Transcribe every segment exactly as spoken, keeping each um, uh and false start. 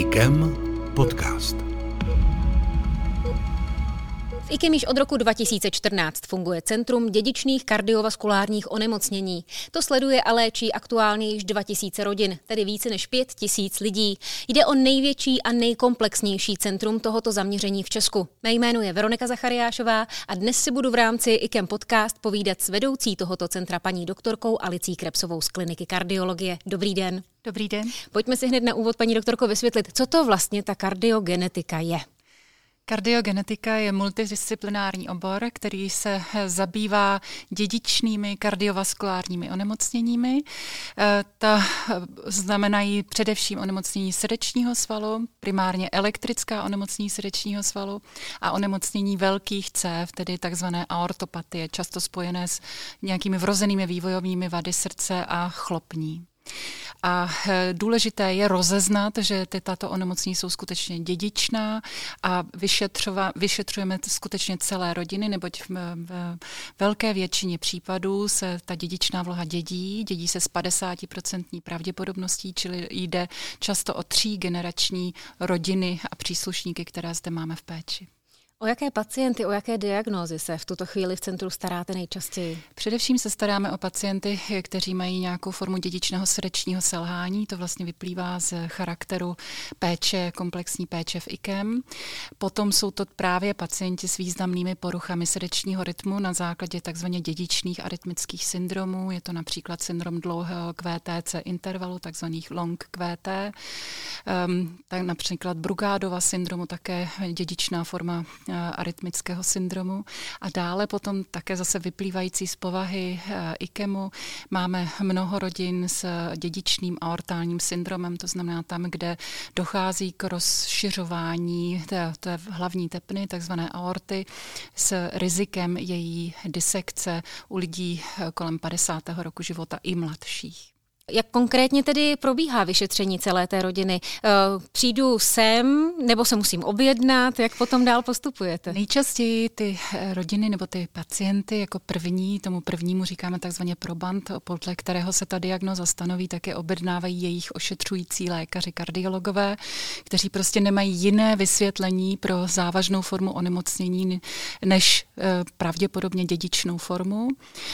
I K E M podcast. V I K E M již od roku dva tisíce čtrnáct funguje Centrum dědičných kardiovaskulárních onemocnění. To sleduje a léčí aktuálně již dva tisíce rodin, tedy více než pět tisíc lidí. Jde o největší a nejkomplexnější centrum tohoto zaměření v Česku. Mé jméno je Veronika Zachariášová a dnes si budu v rámci I K E M podcast povídat s vedoucí tohoto centra paní doktorkou Alicí Krebsovou z kliniky kardiologie. Dobrý den. Dobrý den. Pojďme si hned na úvod, paní doktorko, vysvětlit, co to vlastně ta kardiogenetika je. Kardiogenetika je multidisciplinární obor, který se zabývá dědičnými kardiovaskulárními onemocněními. Ta znamenají především onemocnění srdečního svalu, primárně elektrická onemocnění srdečního svalu a onemocnění velkých cév, tedy takzvané aortopatie, často spojené s nějakými vrozenými vývojovými vady srdce a chlopní. A důležité je rozeznat, že ty, tato onemocnění jsou skutečně dědičná a vyšetřujeme skutečně celé rodiny, neboť v, v velké většině případů se ta dědičná vloha dědí, dědí se s padesát procent pravděpodobností, čili jde často o tří generační rodiny a příslušníky, které zde máme v péči. O jaké pacienty, o jaké diagnózy se v tuto chvíli v centru staráte nejčastěji? Především se staráme o pacienty, kteří mají nějakou formu dědičného srdečního selhání. To vlastně vyplývá z charakteru péče, komplexní péče v I K E M. Potom jsou to právě pacienti s významnými poruchami srdečního rytmu na základě takzvaně dědičných arytmických syndromů. Je to například syndrom dlouhého Q T C intervalu, takzvaných long Q T. Um, tak například Brugádova syndromu, také dědičná forma arytmického syndromu a dále potom také zase vyplývající z povahy I K E M u máme mnoho rodin s dědičným aortálním syndromem, to znamená tam, kde dochází k rozšiřování té, té hlavní tepny, takzvané aorty, s rizikem její disekce u lidí kolem padesátého roku života i mladších. Jak konkrétně tedy probíhá vyšetření celé té rodiny? Přijdu sem, nebo se musím objednat? Jak potom dál postupujete? Nejčastěji ty rodiny nebo ty pacienty jako první, tomu prvnímu říkáme takzvaně proband, podle kterého se ta diagnóza stanoví, také objednávají jejich ošetřující lékaři kardiologové, kteří prostě nemají jiné vysvětlení pro závažnou formu onemocnění než pravděpodobně dědičnou formu.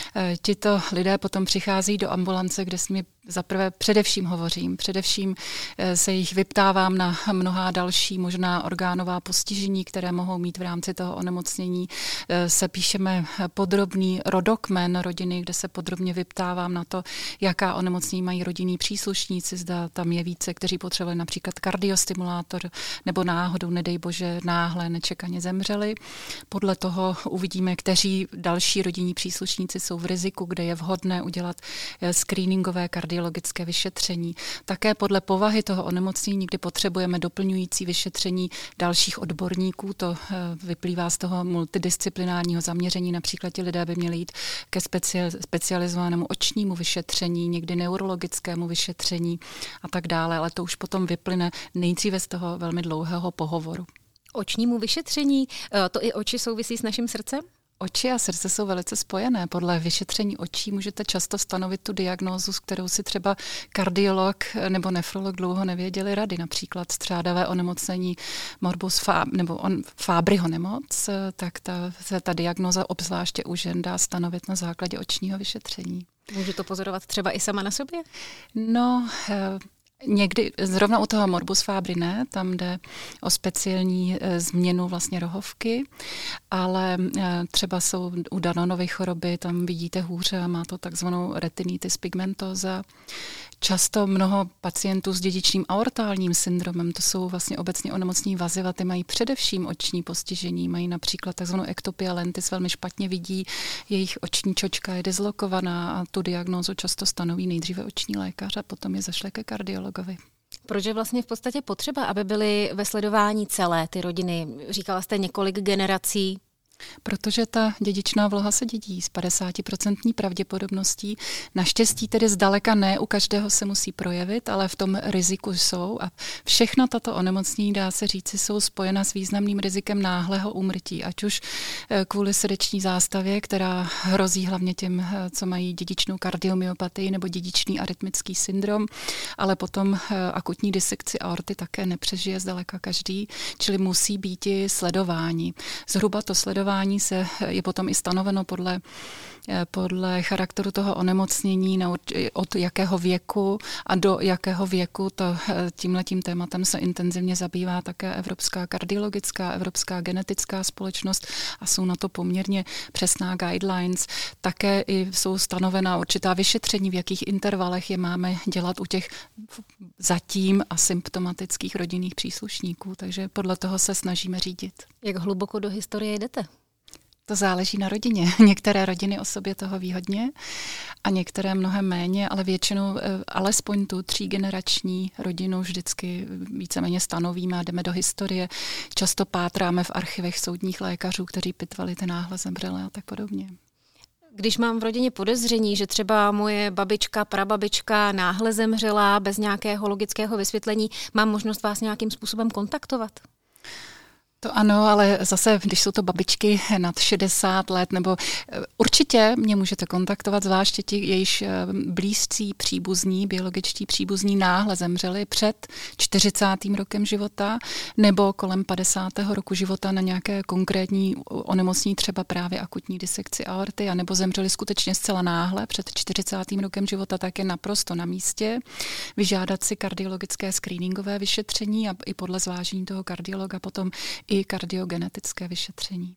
Tito lidé potom přichází do ambulance, kde s nimi zaprvé především hovořím, především se jich vyptávám na mnohá další možná orgánová postižení, které mohou mít v rámci toho onemocnění. Se píšeme podrobný rodokmen rodiny, kde se podrobně vyptávám na to, jaká onemocnění mají rodinní příslušníci, zda tam je více, kteří potřebovali například kardiostimulátor, nebo náhodou, nedej bože, náhle nečekaně zemřeli. Podle toho uvidíme, kteří další rodinní příslušníci jsou v riziku, kde je vhodné udělat screeningové kardiologické logické vyšetření. Také podle povahy toho onemocnění někdy potřebujeme doplňující vyšetření dalších odborníků. To vyplývá z toho multidisciplinárního zaměření. Například ti lidé by měli jít ke specializovanému očnímu vyšetření, někdy neurologickému vyšetření a tak dále, ale to už potom vyplyne nejdříve z toho velmi dlouhého pohovoru. Očnímu vyšetření, to i oči souvisí s naším srdcem? Oči a srdce jsou velice spojené. Podle vyšetření očí můžete často stanovit tu diagnózu, s kterou si třeba kardiolog nebo nefrolog dlouho nevěděli rady. Například střádavé onemocnění morbus Fab, nebo on, Fabryho nemoc, tak ta, ta diagnóza obzvláště u žen dá stanovit na základě očního vyšetření. Můžu to pozorovat třeba i sama na sobě? No... Někdy, zrovna u toho morbus Fabry ne, tam jde o speciální e, změnu vlastně rohovky, ale e, třeba jsou u Danonovy choroby, tam vidíte hůře a má to takzvanou retinitis pigmentosa. Často mnoho pacientů s dědičným aortálním syndromem, to jsou vlastně obecně onemocnění vazivaty, mají především oční postižení, mají například takzvanou ektopia lentis, velmi špatně vidí, jejich oční čočka je dislokovaná a tu diagnózu často stanoví nejdříve oční lékař a potom je zašle ke kardiologovi. Proč je vlastně v podstatě potřeba, aby byly ve sledování celé ty rodiny? Říkala jste několik generací. Protože ta dědičná vloha se dědí s padesáti procenty pravděpodobností. Naštěstí tedy zdaleka ne u každého se musí projevit, ale v tom riziku jsou a všechna tato onemocnění, dá se říci, jsou spojena s významným rizikem náhlého úmrtí, ať už kvůli srdeční zástavě, která hrozí hlavně těm, co mají dědičnou kardiomyopatii nebo dědičný arytmický syndrom, ale potom akutní disekci aorty také nepřežije zdaleka každý, čili musí být i sledování. Zhruba to sledování se je potom i stanoveno podle, podle charakteru toho onemocnění, od jakého věku a do jakého věku. To, tímhletím tématem se intenzivně zabývá také Evropská kardiologická, Evropská genetická společnost a jsou na to poměrně přesná guidelines. Také i jsou stanovena určitá vyšetření, v jakých intervalech je máme dělat u těch zatím asymptomatických rodinných příslušníků, takže podle toho se snažíme řídit. Jak hluboko do historie jdete? To záleží na rodině. Některé rodiny o sobě toho ví hodně a některé mnohem méně, ale většinou alespoň tu třígenerační rodinu vždycky víceméně stanovíme a jdeme do historie. Často pátráme v archivech soudních lékařů, kteří pitvali ty náhle zemřelé a tak podobně. Když mám v rodině podezření, že třeba moje babička, prababička náhle zemřela bez nějakého logického vysvětlení, mám možnost vás nějakým způsobem kontaktovat? To ano, ale zase, když jsou to babičky nad šedesát let, nebo určitě mě můžete kontaktovat, zvláště ti, jejíž blízcí příbuzní, biologičtí příbuzní náhle zemřeli před čtyřicátým rokem života nebo kolem padesátého roku života na nějaké konkrétní onemocnění, třeba právě akutní disekci aorty, anebo zemřeli skutečně zcela náhle před čtyřicátým rokem života, tak je naprosto na místě vyžádat si kardiologické screeningové vyšetření a i podle zvážení toho kardiologa potom i kardiogenetické vyšetření.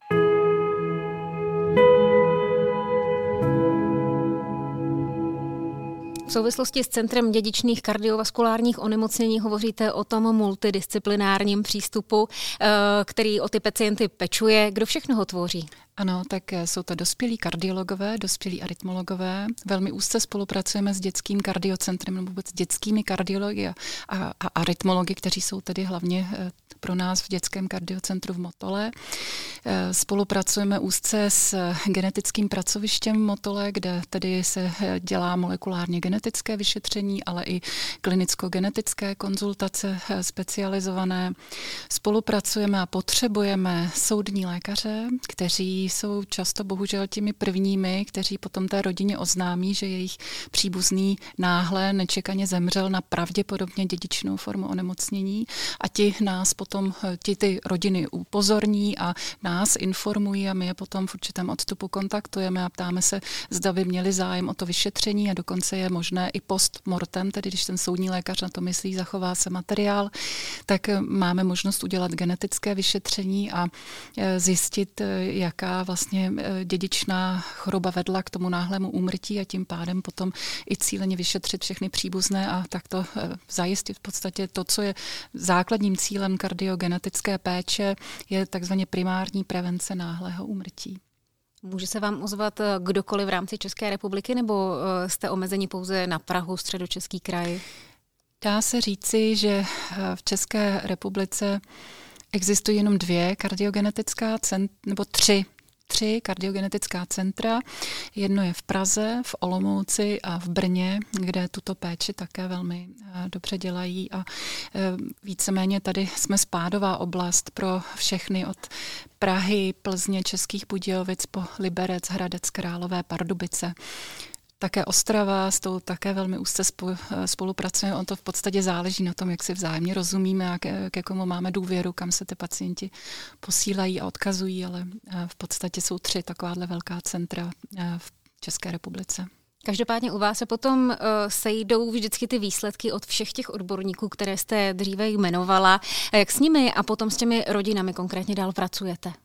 V souvislosti s Centrem dědičných kardiovaskulárních onemocnění hovoříte o tom multidisciplinárním přístupu, který o ty pacienty pečuje. Kdo všechno ho tvoří? Ano, tak jsou to dospělí kardiologové, dospělí arytmologové. Velmi úzce spolupracujeme s dětským kardiocentrem nebo vůbec dětskými kardiology a, a arytmology, kteří jsou tedy hlavně pro nás v dětském kardiocentru v Motole. Spolupracujeme úzce s genetickým pracovištěm Motole, kde tedy se dělá molekulárně genetické vyšetření, ale i klinicko-genetické konzultace specializované. Spolupracujeme a potřebujeme soudní lékaře, kteří jsou často bohužel těmi prvními, kteří potom té rodině oznámí, že jejich příbuzný náhle nečekaně zemřel na pravděpodobně dědičnou formu onemocnění a ti nás potom, ti ty rodiny upozorní a nás informují a my je potom v určitém odstupu kontaktujeme a ptáme se, zda by měli zájem o to vyšetření a dokonce je možné i post mortem, tedy když ten soudní lékař na to myslí, zachová se materiál, tak máme možnost udělat genetické vyšetření a zjistit, jaká vlastně dědičná choroba vedla k tomu náhlému úmrtí a tím pádem potom i cíleně vyšetřit všechny příbuzné a takto zajistit v podstatě to, co je základním cílem kardiogenetické péče, je takzvaně primární prevence náhlého úmrtí. Může se vám ozvat kdokoliv v rámci České republiky nebo jste omezeni pouze na Prahu, Středočeský kraj? Dá se říci, že v České republice existují jenom dvě kardiogenetická centra, nebo tři, tři kardiogenetická centra. Jedno je v Praze, v Olomouci a v Brně, kde tuto péči také velmi dobře dělají a víceméně tady jsme spádová oblast pro všechny od Prahy, Plzně, Českých Budějovic po Liberec, Hradec Králové, Pardubice. Také Ostrava, s tou také velmi úzce spolupracujeme. On to v podstatě záleží na tom, jak si vzájemně rozumíme a ke, ke komu máme důvěru, kam se ty pacienti posílají a odkazují, ale v podstatě jsou tři takováhle velká centra v České republice. Každopádně u vás se potom uh, sejdou vždycky ty výsledky od všech těch odborníků, které jste dříve jmenovala. Jak s nimi a potom s těmi rodinami konkrétně dál pracujete?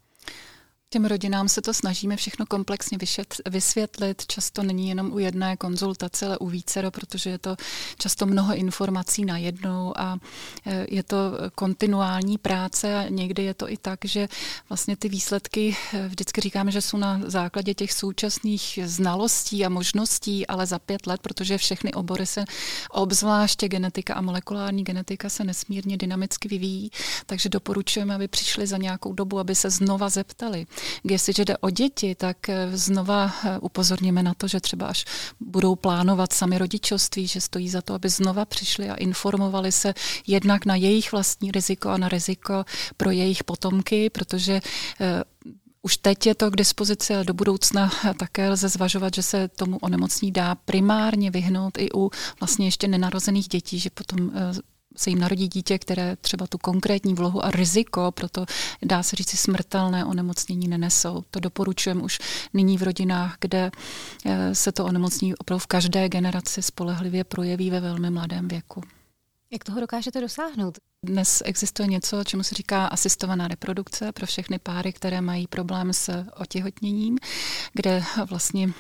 Těm rodinám se to snažíme všechno komplexně vysvětlit. Často není jenom u jedné konzultace, ale u vícero, protože je to často mnoho informací najednou a je to kontinuální práce a někdy je to i tak, že vlastně ty výsledky, vždycky říkáme, že jsou na základě těch současných znalostí a možností, ale za pět let, protože všechny obory se, obzvláště genetika a molekulární genetika se nesmírně dynamicky vyvíjí, takže doporučujeme, aby přišli za nějakou dobu, aby se znova zeptali. Jestliže jde o děti, tak znova upozorněme na to, že třeba až budou plánovat sami rodičovství, že stojí za to, aby znova přišli a informovali se jednak na jejich vlastní riziko a na riziko pro jejich potomky, protože už teď je to k dispozici, ale do budoucna také lze zvažovat, že se tomu onemocnění dá primárně vyhnout i u vlastně ještě nenarozených dětí, že potom se jim narodí dítě, které třeba tu konkrétní vlohu a riziko, proto dá se říct smrtelné onemocnění nenesou. To doporučujeme už nyní v rodinách, kde se to onemocnění opravdu v každé generaci spolehlivě projeví ve velmi mladém věku. Jak toho dokážete dosáhnout? Dnes existuje něco, čemu se říká asistovaná reprodukce pro všechny páry, které mají problém s otěhotněním, kde vlastně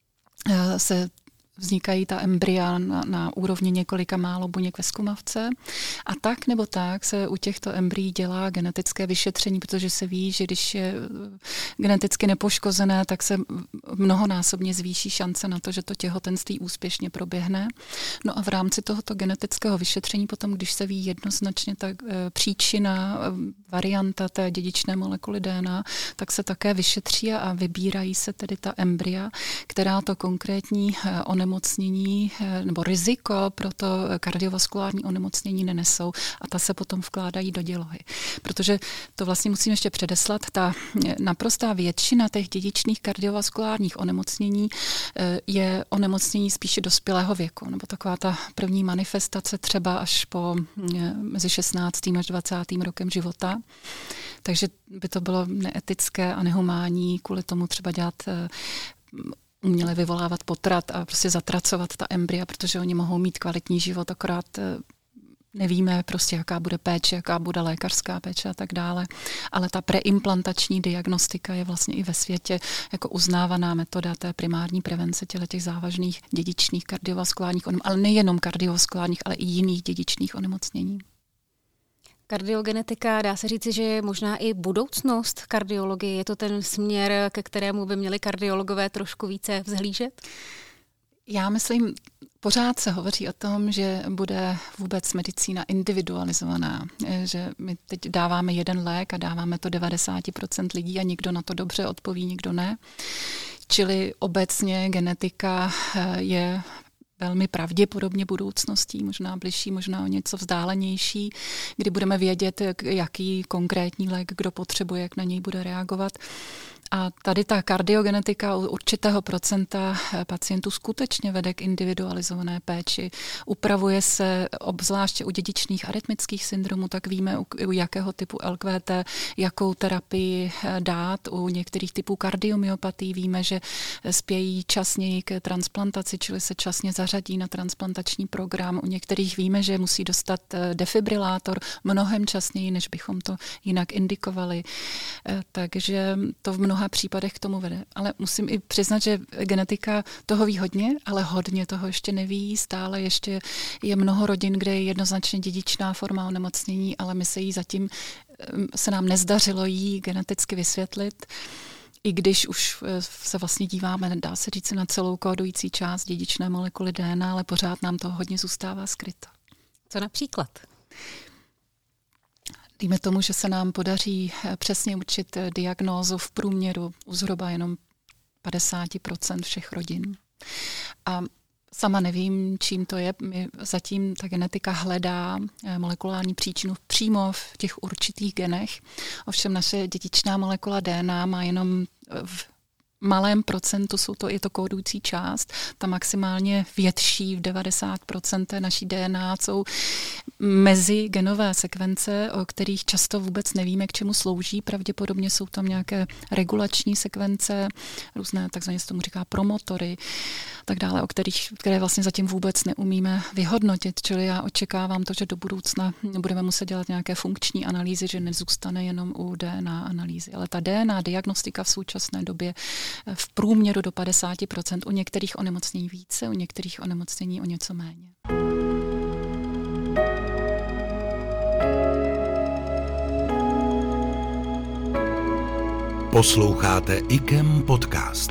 se vznikají ta embrya na, na úrovni několika málo buněk ve zkumavce. A tak nebo tak se u těchto embryí dělá genetické vyšetření, protože se ví, že když je geneticky nepoškozené, tak se mnohonásobně zvýší šance na to, že to těhotenství úspěšně proběhne. No a v rámci tohoto genetického vyšetření potom, když se ví jednoznačně ta příčina, varianta té dědičné molekuly D N A, tak se také vyšetří a vybírají se tedy ta embrya, která to konkrétní onemocnění onemocnění nebo riziko pro to kardiovaskulární onemocnění nenesou a ta se potom vkládají do dělohy. Protože to vlastně musím ještě předeslat, ta naprostá většina těch dědičných kardiovaskulárních onemocnění je onemocnění spíše dospělého věku, nebo taková ta první manifestace třeba až po mezi šestnáctým až dvacátým rokem života. Takže by to bylo neetické a nehumánní kvůli tomu třeba dělat uměle vyvolávat potrat a prostě zatracovat ta embrya, protože oni mohou mít kvalitní život, akorát nevíme prostě, jaká bude péče, jaká bude lékařská péče a tak dále. Ale ta preimplantační diagnostika je vlastně i ve světě jako uznávaná metoda té primární prevence těch závažných dědičných kardiovaskulárních onemocnění, ale nejenom kardiovaskulárních, ale i jiných dědičných onemocnění. Kardiogenetika, dá se říci, že je možná i budoucnost kardiologie. Je to ten směr, ke kterému by měli kardiologové trošku více vzhlížet? Já myslím, pořád se hovoří o tom, že bude vůbec medicína individualizovaná, že my teď dáváme jeden lék a dáváme to devadesát procent lidí a někdo na to dobře odpoví, někdo ne. Čili obecně genetika je velmi pravděpodobně budoucností, možná bližší, možná o něco vzdálenější, kdy budeme vědět, jaký konkrétní lék kdo potřebuje, jak na něj bude reagovat. A tady ta kardiogenetika u určitého procenta pacientů skutečně vede k individualizované péči. Upravuje se obzvláště u dědičných arytmických syndromů, tak víme, u, u jakého typu L Q T, jakou terapii dát. U některých typů kardiomyopatí víme, že spějí časněji k transplantaci, čili se časně zařadí na transplantační program. U některých víme, že musí dostat defibrilátor mnohem časněji, než bychom to jinak indikovali. Takže to v mnoha případech k tomu vede. Ale musím i přiznat, že genetika toho ví hodně, ale hodně toho ještě neví. Stále ještě je mnoho rodin, kde je jednoznačně dědičná forma onemocnění, ale my se jí zatím, se nám nezdařilo jí geneticky vysvětlit. I když už se vlastně díváme, dá se říct, na celou kódující část dědičné molekuly D N A, ale pořád nám to hodně zůstává skryto. Co například? Dejme tomu, že se nám podaří přesně určit diagnózu v průměru u zhruba jenom padesát procent všech rodin. A sama nevím, čím to je. My zatím ta genetika hledá molekulární příčinu přímo v těch určitých genech. Ovšem naše dědičná molekula D N A má jenom v malém procentu, jsou to, je to kódující část, ta maximálně větší v devadesát procent naší D N A jsou mezigenové sekvence, o kterých často vůbec nevíme, k čemu slouží. Pravděpodobně jsou tam nějaké regulační sekvence, různé, takzvaně se tomu říká promotory, tak dále, o kterých, které vlastně zatím vůbec neumíme vyhodnotit. Čili já očekávám to, že do budoucna budeme muset dělat nějaké funkční analýzy, že nezůstane jenom u D N A analýzy. Ale ta D N A diagnostika v současné době v průměru do padesát procent, u některých onemocnění více, u některých onemocnění o něco méně. Posloucháte I K E M podcast.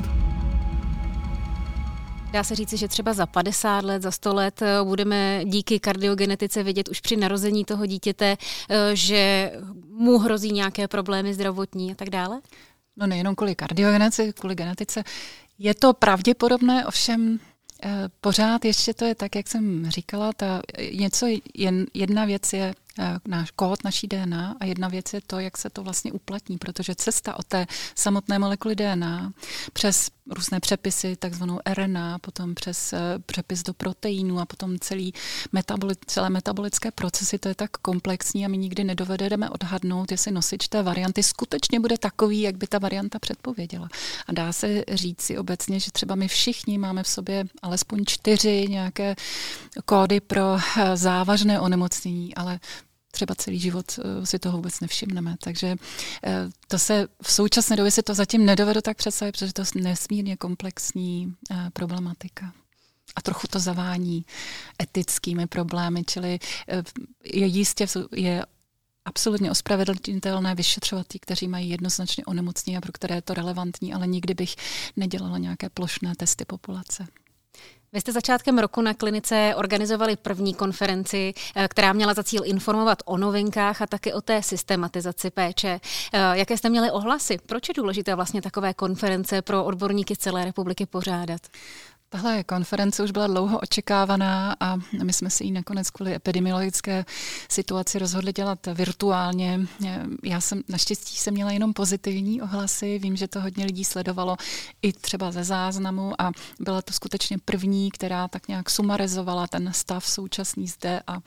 Dá se říci, že třeba za padesát let, za sto let budeme díky kardiogenetice vědět už při narození toho dítěte, že mu hrozí nějaké problémy zdravotní a tak dále? No nejenom kvůli kardiogenetice, kvůli genetice. Je to pravděpodobné, ovšem pořád ještě to je tak, jak jsem říkala, ta něco, jen, jedna věc je náš kód, naší D N A a jedna věc je to, jak se to vlastně uplatní, protože cesta od té samotné molekuly D N A přes různé přepisy, takzvanou R N A, potom přes přepis do proteinu a potom celý metaboli, celé metabolické procesy, to je tak komplexní a my nikdy nedovedeme odhadnout, jestli nosič té varianty skutečně bude takový, jak by ta varianta předpověděla. A dá se říct si obecně, že třeba my všichni máme v sobě alespoň čtyři nějaké kódy pro závažné onemocnění, ale třeba celý život si toho vůbec nevšimneme. Takže to se v současné době si to zatím nedovedu tak představit, protože to je nesmírně komplexní problematika. A trochu to zavání etickými problémy, čili je jistě je absolutně ospravedlnitelné vyšetřovat ty, kteří mají jednoznačně onemocnění a pro které je to relevantní, ale nikdy bych nedělala nějaké plošné testy populace. Vy jste začátkem roku na klinice organizovali první konferenci, která měla za cíl informovat o novinkách a také o té systematizaci péče. Jaké jste měli ohlasy? Proč je důležité vlastně takové konference pro odborníky z celé republiky pořádat? Tahle konference už byla dlouho očekávaná a my jsme si ji nakonec kvůli epidemiologické situaci rozhodli dělat virtuálně. Já jsem naštěstí jsem měla jenom pozitivní ohlasy, vím, že to hodně lidí sledovalo i třeba ze záznamu a byla to skutečně první, která tak nějak sumarizovala ten stav současný zde a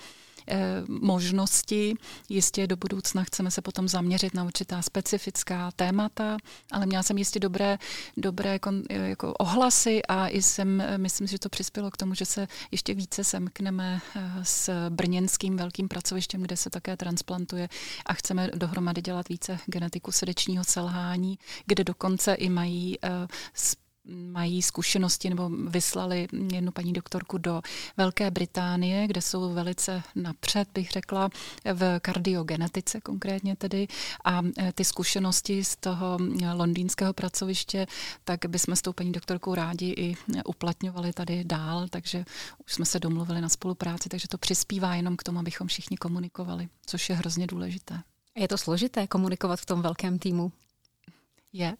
možnosti. Jistě do budoucna chceme se potom zaměřit na určitá specifická témata, ale měla jsem jistě dobré, dobré jako ohlasy a i jsem, myslím, že to přispělo k tomu, že se ještě více semkneme s brněnským velkým pracovištěm, kde se také transplantuje a chceme dohromady dělat více genetiku srdečního selhání, kde dokonce i mají mají zkušenosti nebo vyslali jednu paní doktorku do Velké Británie, kde jsou velice napřed, bych řekla, v kardiogenetice konkrétně tedy a ty zkušenosti z toho londýnského pracoviště, tak bychom s tou paní doktorkou rádi i uplatňovali tady dál, takže už jsme se domluvili na spolupráci, takže to přispívá jenom k tomu, abychom všichni komunikovali, což je hrozně důležité. Je to složité komunikovat v tom velkém týmu? Je.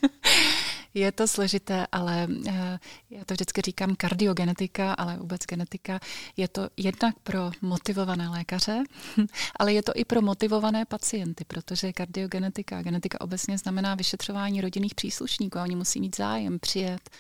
Je to složité, ale já to vždycky říkám kardiogenetika, ale vůbec genetika. Je to jednak pro motivované lékaře, ale je to i pro motivované pacienty, protože kardiogenetika a genetika obecně znamená vyšetřování rodinných příslušníků a oni musí mít zájem, přijet,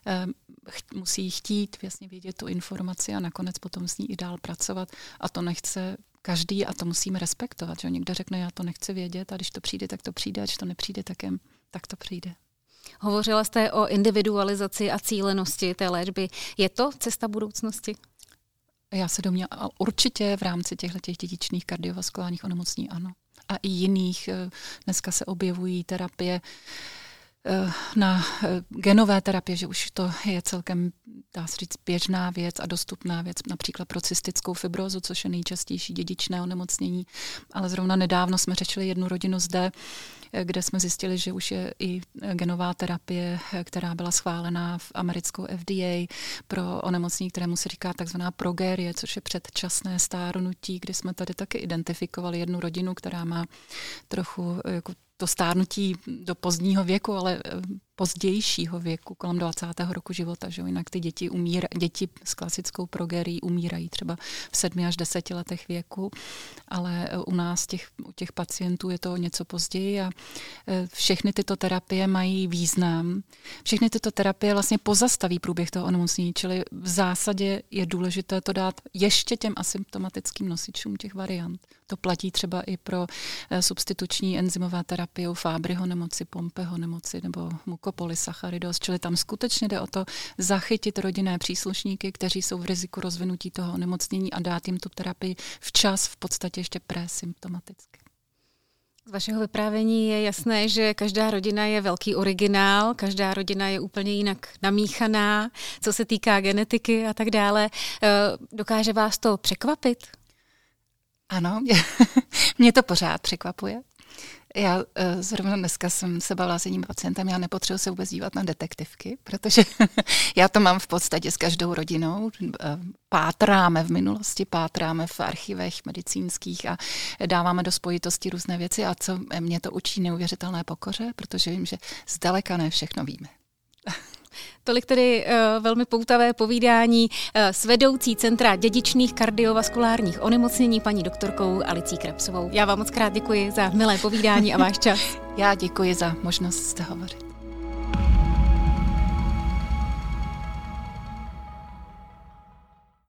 musí chtít vlastně vědět tu informaci a nakonec potom s ní i dál pracovat a to nechce každý a to musíme respektovat. Že? Někdo řekne, já to nechci vědět a když to přijde, tak to přijde, a když to nepřijde, tak, jen, tak to přijde. Hovořila jste o individualizaci a cílenosti té léčby. Je to cesta budoucnosti? Já se domnívám, určitě v rámci těchto dědičných kardiovaskulárních onemocnění ano. A i jiných. Dneska se objevují terapie na genové terapie, že už to je celkem, dá se říct, běžná věc a dostupná věc, například pro cystickou fibrózu, což je nejčastější dědičné onemocnění. Ale zrovna nedávno jsme řešili jednu rodinu zde, kde jsme zjistili, že už je i genová terapie, která byla schválená v americkou F D A pro onemocnění, kterému se říká takzvaná progérie, což je předčasné stárnutí, kdy jsme tady taky identifikovali jednu rodinu, která má trochu jako to stárnutí do pozdního věku, ale pozdějšího věku, kolem dvacátého roku života, že jinak ty děti umírají, děti s klasickou progerií umírají třeba v sedmi až deseti letech věku, ale u nás těch, u těch pacientů je to něco později a všechny tyto terapie mají význam. Všechny tyto terapie vlastně pozastaví průběh toho onemocnění, čili v zásadě je důležité to dát ještě těm asymptomatickým nosičům těch variant. To platí třeba i pro substituční enzymové terapie u Fabryho nemoci, Pompeho nemoci nebo mukopolysacharidóz, čili tam skutečně jde o to zachytit rodinné příslušníky, kteří jsou v riziku rozvinutí toho onemocnění a dát jim tu terapii včas, v podstatě ještě presymptomaticky. Z vašeho vyprávění je jasné, že každá rodina je velký originál, každá rodina je úplně jinak namíchaná, co se týká genetiky a tak dále. Dokáže vás to překvapit? Ano, mě to pořád překvapuje. Já zrovna dneska jsem se bavila s jedním pacientem, já nepotřebuji se vůbec dívat na detektivky, protože já to mám v podstatě s každou rodinou. Pátráme v minulosti, pátráme v archivech medicínských a dáváme do spojitosti různé věci a co mě to učí neuvěřitelné pokoře, protože vím, že zdaleka ne všechno víme. Tolik tedy uh, velmi poutavé povídání uh, s vedoucí Centra dědičných kardiovaskulárních onemocnění paní doktorkou Alicí Krapsovou. Já vám moc krát děkuji za milé povídání a váš čas. Já děkuji za možnost zde hovořit.